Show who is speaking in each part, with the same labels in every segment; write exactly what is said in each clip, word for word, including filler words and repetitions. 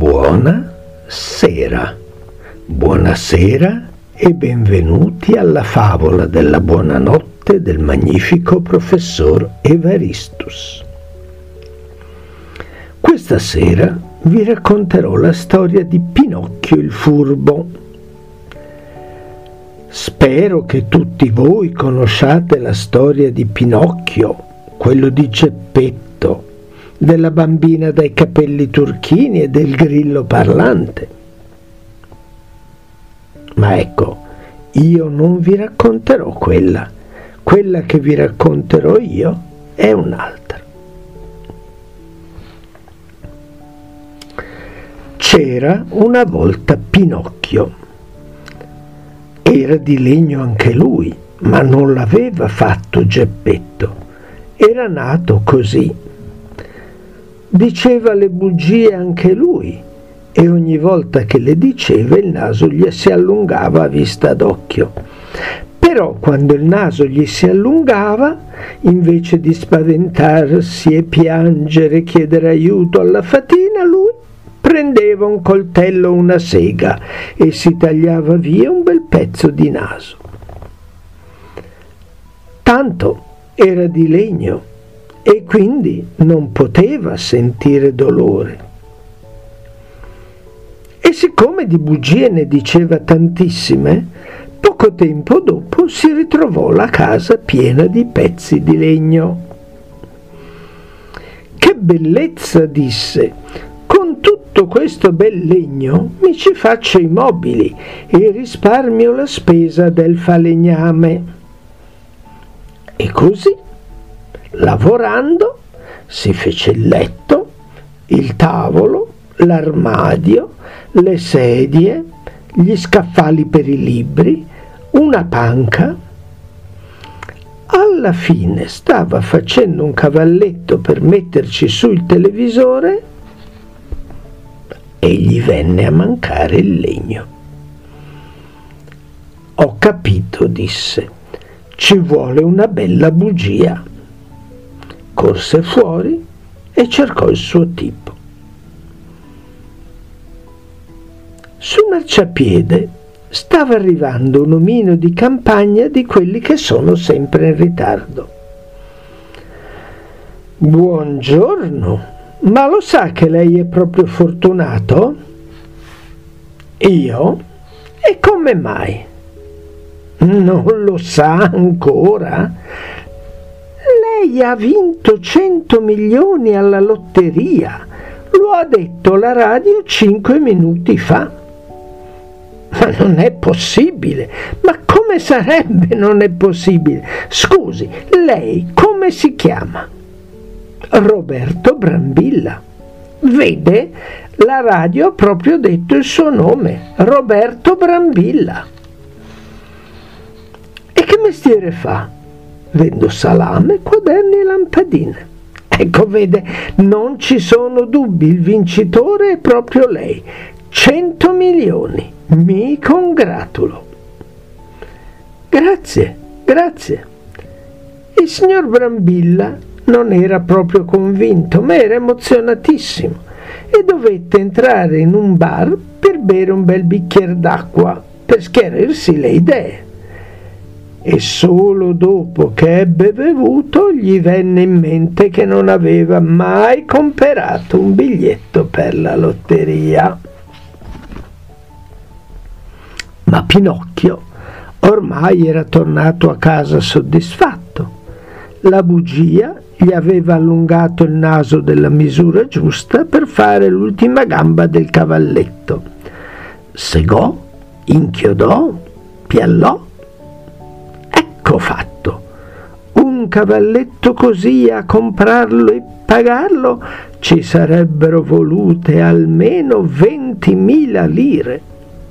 Speaker 1: Buona sera, buonasera e benvenuti alla favola della buonanotte del magnifico professor Evaristus. Questa sera vi racconterò la storia di Pinocchio il furbo. Spero che tutti voi conosciate la storia di Pinocchio, quello di Geppetto, della bambina dai capelli turchini e del grillo parlante. Ma ecco, io non vi racconterò quella. Quella che vi racconterò io è un'altra. C'era una volta Pinocchio. Era di legno anche lui, ma non l'aveva fatto Geppetto. Era nato così. Diceva le bugie anche lui, e ogni volta che le diceva il naso gli si allungava a vista d'occhio. Però quando il naso gli si allungava, invece di spaventarsi e piangere e chiedere aiuto alla fatina, lui prendeva un coltello o una sega e si tagliava via un bel pezzo di naso. Tanto era di legno e quindi non poteva sentire dolore. E siccome di bugie ne diceva tantissime, poco tempo dopo si ritrovò la casa piena di pezzi di legno. Che bellezza, disse, con tutto questo bel legno mi ci faccio i mobili e risparmio la spesa del falegname. E così, lavorando, si fece il letto, il tavolo, l'armadio, le sedie, gli scaffali per i libri, una panca. Alla fine stava facendo un cavalletto per metterci su il televisore e gli venne a mancare il legno. Ho capito, disse, ci vuole una bella bugia. Corse fuori e cercò il suo tipo. Sul marciapiede stava arrivando un omino di campagna di quelli che sono sempre in ritardo. Buongiorno, ma lo sa che lei è proprio fortunato? Io? E come mai? Non lo sa ancora? Lei ha vinto cento milioni alla lotteria, lo ha detto la radio cinque minuti fa. Ma non è possibile, ma come sarebbe non è possibile? Scusi, lei come si chiama? Roberto Brambilla. Vede, la radio ha proprio detto il suo nome, Roberto Brambilla. E che mestiere fa? Vendo salame, quaderni e lampadine. Ecco, vede, non ci sono dubbi, il vincitore è proprio lei. Cento milioni. Mi congratulo. Grazie, grazie. Il signor Brambilla non era proprio convinto, ma era emozionatissimo e dovette entrare in un bar per bere un bel bicchiere d'acqua per schiarirsi le idee. E solo dopo che ebbe bevuto gli venne in mente che non aveva mai comperato un biglietto per la lotteria. Ma Pinocchio ormai era tornato a casa soddisfatto. La bugia gli aveva allungato il naso della misura giusta per fare l'ultima gamba del cavalletto. Segò, inchiodò, piallò. Ecco fatto. Un cavalletto così, a comprarlo e pagarlo ci sarebbero volute almeno ventimila lire.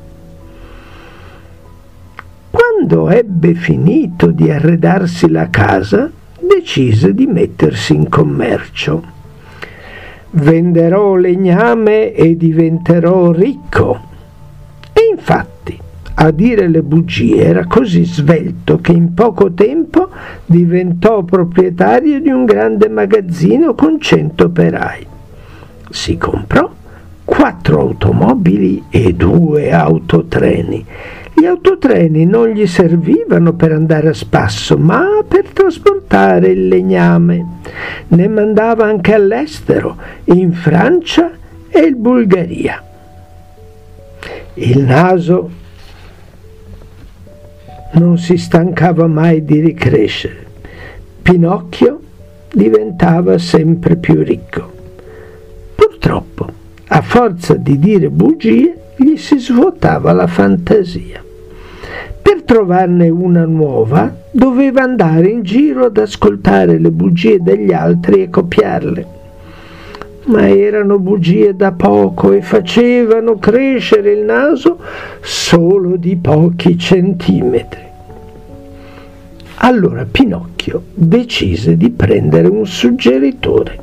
Speaker 1: Quando ebbe finito di arredarsi la casa, decise di mettersi in commercio. Venderò legname e diventerò ricco. E infatti, a dire le bugie, era così svelto che in poco tempo diventò proprietario di un grande magazzino con cento operai. Si comprò quattro automobili e due autotreni. Gli autotreni non gli servivano per andare a spasso, ma per trasportare il legname. Ne mandava anche all'estero, in Francia e in Bulgaria. Il naso non si stancava mai di ricrescere. Pinocchio diventava sempre più ricco. Purtroppo, a forza di dire bugie, gli si svuotava la fantasia. Per trovarne una nuova, doveva andare in giro ad ascoltare le bugie degli altri e copiarle. Ma erano bugie da poco e facevano crescere il naso solo di pochi centimetri. Allora Pinocchio decise di prendere un suggeritore.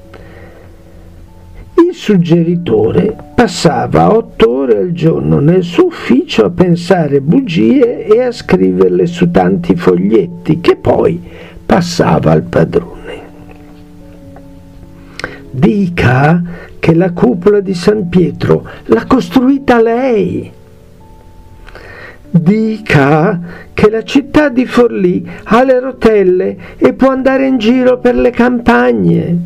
Speaker 1: Il suggeritore passava otto ore al giorno nel suo ufficio a pensare bugie e a scriverle su tanti foglietti che poi passava al padrone. Dica che la cupola di San Pietro l'ha costruita lei. Dica che la città di Forlì ha le rotelle e può andare in giro per le campagne.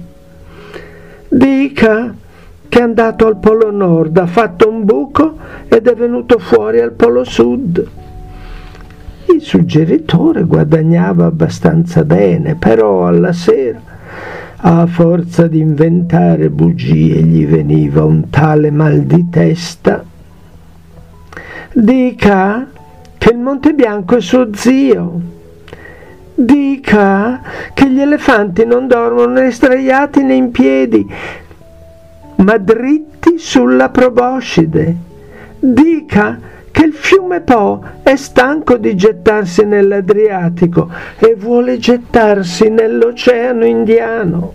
Speaker 1: Dica che è andato al Polo Nord, ha fatto un buco ed è venuto fuori al Polo Sud. Il suggeritore guadagnava abbastanza bene, però alla sera, a forza di inventare bugie, gli veniva un tale mal di testa. Dica che il Monte Bianco è suo zio. Dica che gli elefanti non dormono né sdraiati né in piedi, ma dritti sulla proboscide. Dica che il fiume Po è stanco di gettarsi nell'Adriatico e vuole gettarsi nell'Oceano Indiano.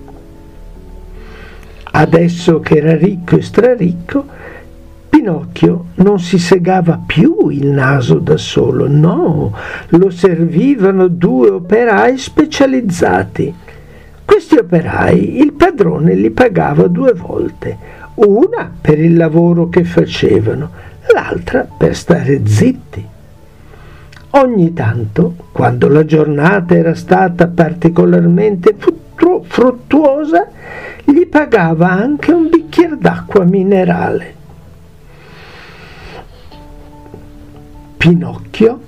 Speaker 1: Adesso che era ricco e straricco, Pinocchio non si segava più il naso da solo, no, lo servivano due operai specializzati. Questi operai il padrone li pagava due volte, una per il lavoro che facevano, l'altra per stare zitti. Ogni tanto, quando la giornata era stata particolarmente fruttuosa, gli pagava anche un bicchiere d'acqua minerale. Pinocchio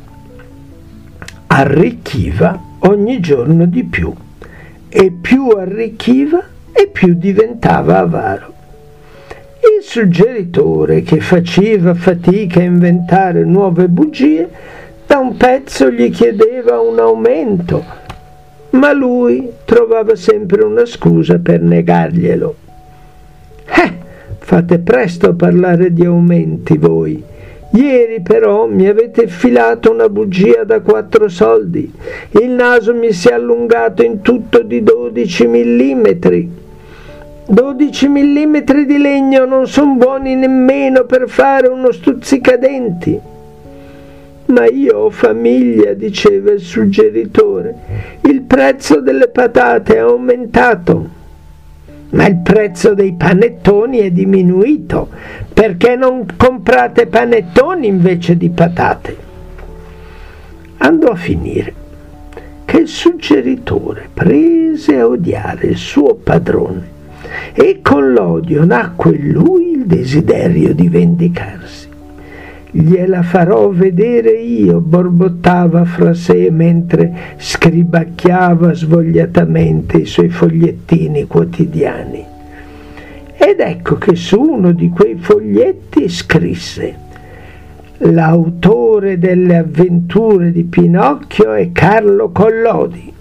Speaker 1: arricchiva ogni giorno di più, e più arricchiva e più diventava avaro. Il suggeritore, che faceva fatica a inventare nuove bugie, da un pezzo gli chiedeva un aumento, ma lui trovava sempre una scusa per negarglielo. Eh, fate presto a parlare di aumenti voi. Ieri però mi avete filato una bugia da quattro soldi. Il naso mi si è allungato in tutto di dodici millimetri. dodici millimetri di legno non sono buoni nemmeno per fare uno stuzzicadenti. Ma io ho famiglia, diceva il suggeritore. Il prezzo delle patate è aumentato, ma il prezzo dei panettoni è diminuito. Perché non comprate panettoni invece di patate? Andò a finire che il suggeritore prese a odiare il suo padrone e con l'odio nacque in lui il desiderio di vendicarsi. Gliela farò vedere io, borbottava fra sé mentre scribacchiava svogliatamente i suoi fogliettini quotidiani. Ed ecco che su uno di quei foglietti scrisse: l'autore delle avventure di Pinocchio è Carlo Collodi.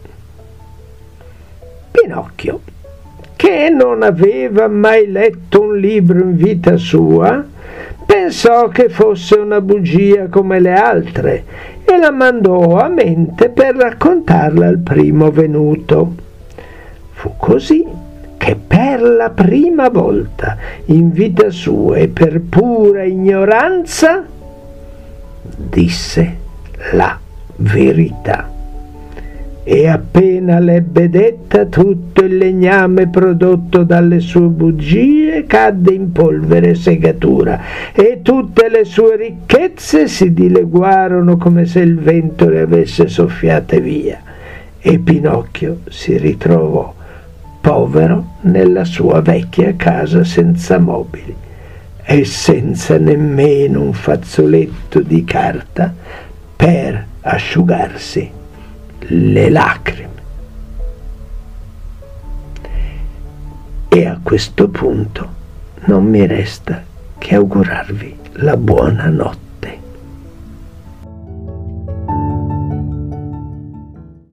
Speaker 1: Pinocchio, che non aveva mai letto un libro in vita sua, pensò che fosse una bugia come le altre e la mandò a mente per raccontarla al primo venuto. Fu così che per la prima volta in vita sua e per pura ignoranza disse la verità. e appena l'ebbe detta tutto il legname prodotto dalle sue bugie cadde in polvere e segatura e tutte le sue ricchezze si dileguarono come se il vento le avesse soffiate via e Pinocchio si ritrovò povero nella sua vecchia casa senza mobili e senza nemmeno un fazzoletto di carta per asciugarsi le lacrime. E a questo punto non mi resta che augurarvi la buona notte.